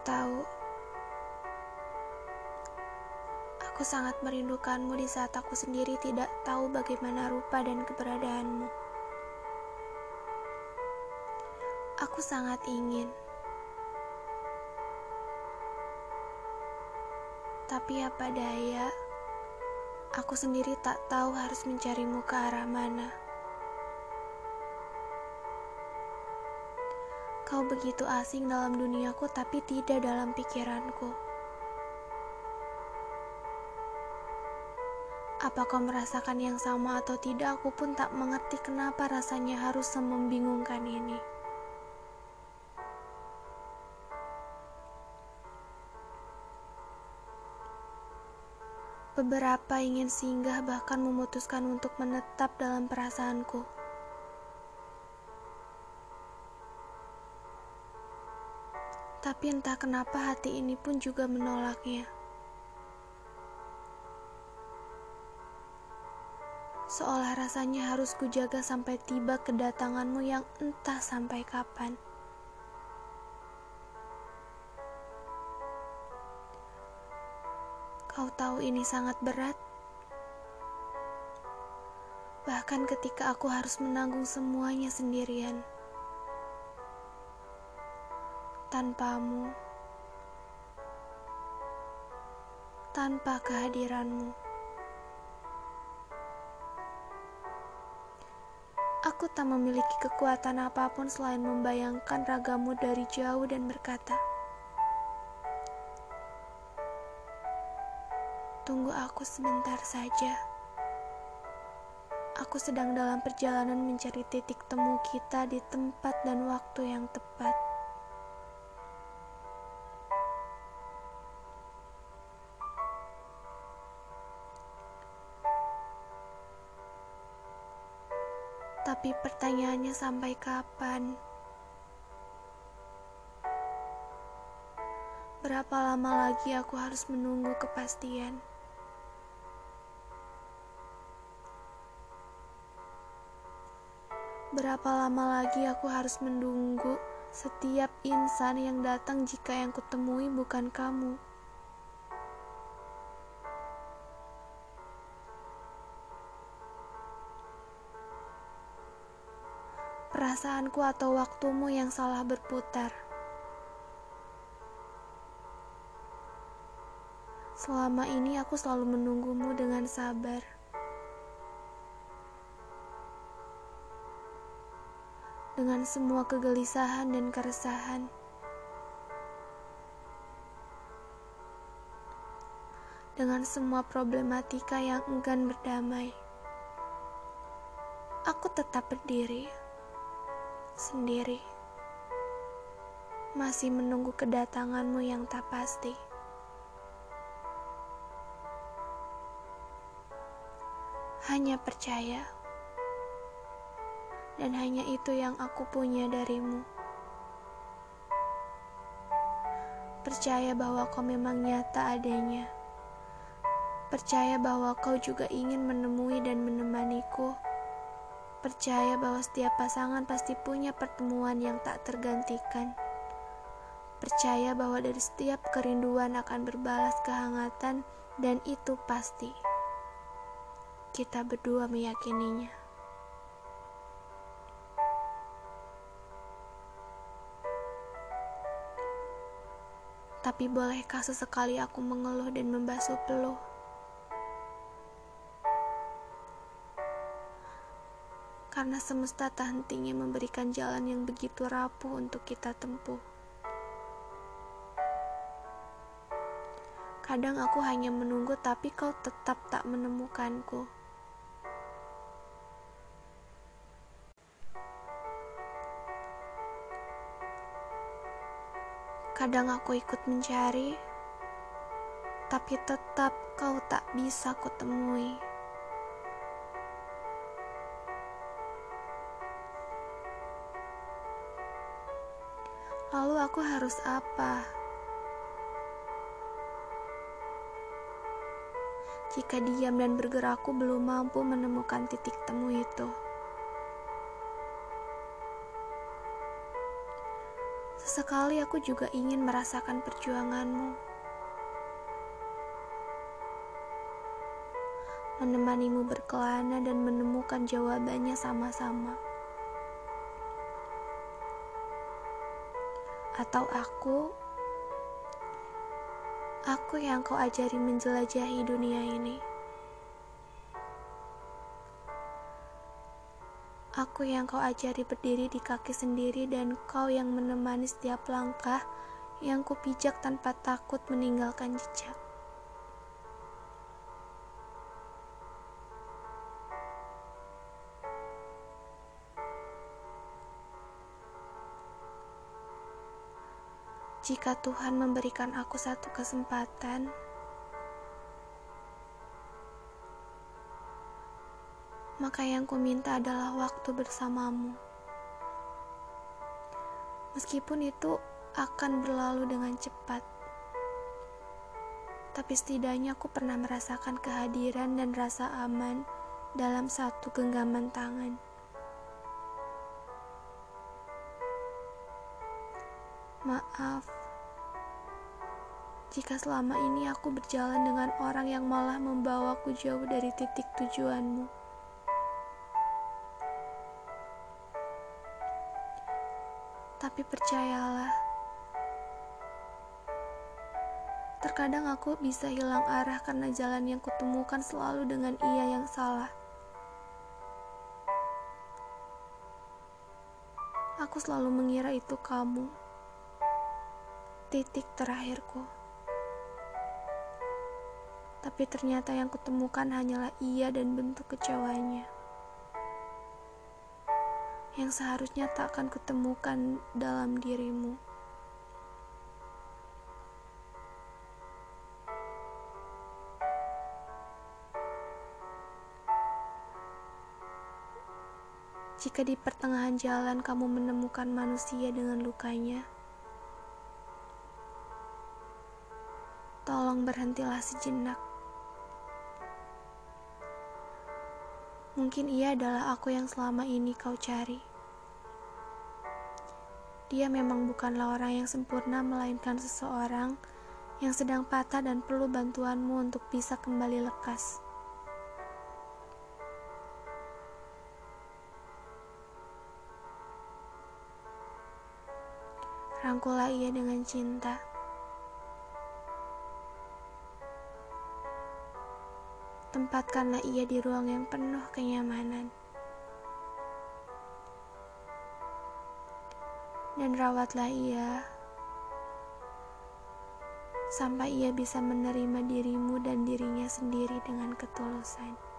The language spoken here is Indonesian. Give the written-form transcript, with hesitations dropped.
tahu, aku sangat merindukanmu di saat aku sendiri tidak tahu bagaimana rupa dan keberadaanmu. Aku sangat ingin, tapi apa daya, aku sendiri tak tahu harus mencarimu ke arah mana. Kau begitu asing dalam duniaku, tapi tidak dalam pikiranku. Apa kau merasakan yang sama atau tidak, aku pun tak mengerti kenapa rasanya harus membingungkan ini. Beberapa ingin singgah, bahkan memutuskan untuk menetap dalam perasaanku. Tapi entah kenapa hati ini pun juga menolaknya. Seolah rasanya harus kujaga sampai tiba kedatanganmu yang entah sampai kapan. Kau tahu ini sangat berat. Bahkan ketika aku harus menanggung semuanya sendirian. Tanpamu, tanpa kehadiranmu. Aku tak memiliki kekuatan apapun selain membayangkan ragamu dari jauh dan berkata, "Tunggu aku sebentar saja. Aku sedang dalam perjalanan mencari titik temu kita di tempat dan waktu yang tepat." Tapi pertanyaannya, sampai kapan? Berapa lama lagi aku harus menunggu kepastian? Berapa lama lagi aku harus menunggu setiap insan yang datang jika yang kutemui bukan kamu? Perasaanku atau waktumu yang salah berputar. Selama ini aku selalu menunggumu dengan sabar. Dengan semua kegelisahan dan keresahan. Dengan semua problematika yang enggan berdamai. Aku tetap berdiri. Sendiri. Masih menunggu kedatanganmu yang tak pasti. Hanya percaya. Dan hanya itu yang aku punya darimu. Percaya bahwa kau memang nyata adanya. Percaya bahwa kau juga ingin menemui dan menemaniku. Percaya bahwa setiap pasangan pasti punya pertemuan yang tak tergantikan. Percaya bahwa dari setiap kerinduan akan berbalas kehangatan, dan itu pasti. Kita berdua meyakininya. Tapi bolehkah sesekali aku mengeluh dan membasuh peluh? Karena semesta tak hentinya memberikan jalan yang begitu rapuh untuk kita tempuh. Kadang aku hanya menunggu, tapi kau tetap tak menemukanku. Kadang aku ikut mencari, tapi tetap kau tak bisa kutemui. Lalu aku harus apa? Jika diam dan bergerakku belum mampu menemukan titik temu itu. Sesekali aku juga ingin merasakan perjuanganmu, menemanimu berkelana dan menemukan jawabannya sama-sama. Atau aku yang kau ajari menjelajahi dunia ini. Aku yang kau ajari berdiri di kaki sendiri dan kau yang menemani setiap langkah yang kupijak tanpa takut meninggalkan jejak. Jika Tuhan memberikan aku satu kesempatan, maka yang ku minta adalah waktu bersamamu. Meskipun itu akan berlalu dengan cepat, tapi setidaknya aku pernah merasakan kehadiran dan rasa aman dalam satu genggaman tangan. Maaf, jika selama ini aku berjalan dengan orang yang malah membawaku jauh dari titik tujuanmu. Tapi percayalah, terkadang aku bisa hilang arah karena jalan yang kutemukan selalu dengan ia yang salah. Aku selalu mengira itu kamu, titik terakhirku. Tapi ternyata yang kutemukan hanyalah ia dan bentuk kecewanya, yang seharusnya tak akan kutemukan dalam dirimu. Jika di pertengahan jalan kamu menemukan manusia dengan lukanya, tolong berhentilah sejenak. Mungkin ia adalah aku yang selama ini kau cari. Dia memang bukanlah orang yang sempurna, melainkan seseorang yang sedang patah dan perlu bantuanmu untuk bisa kembali lekas. Rangkulah ia dengan cinta. Tempatkanlah ia di ruang yang penuh kenyamanan. Dan rawatlah ia sampai ia bisa menerima dirimu dan dirinya sendiri dengan ketulusan.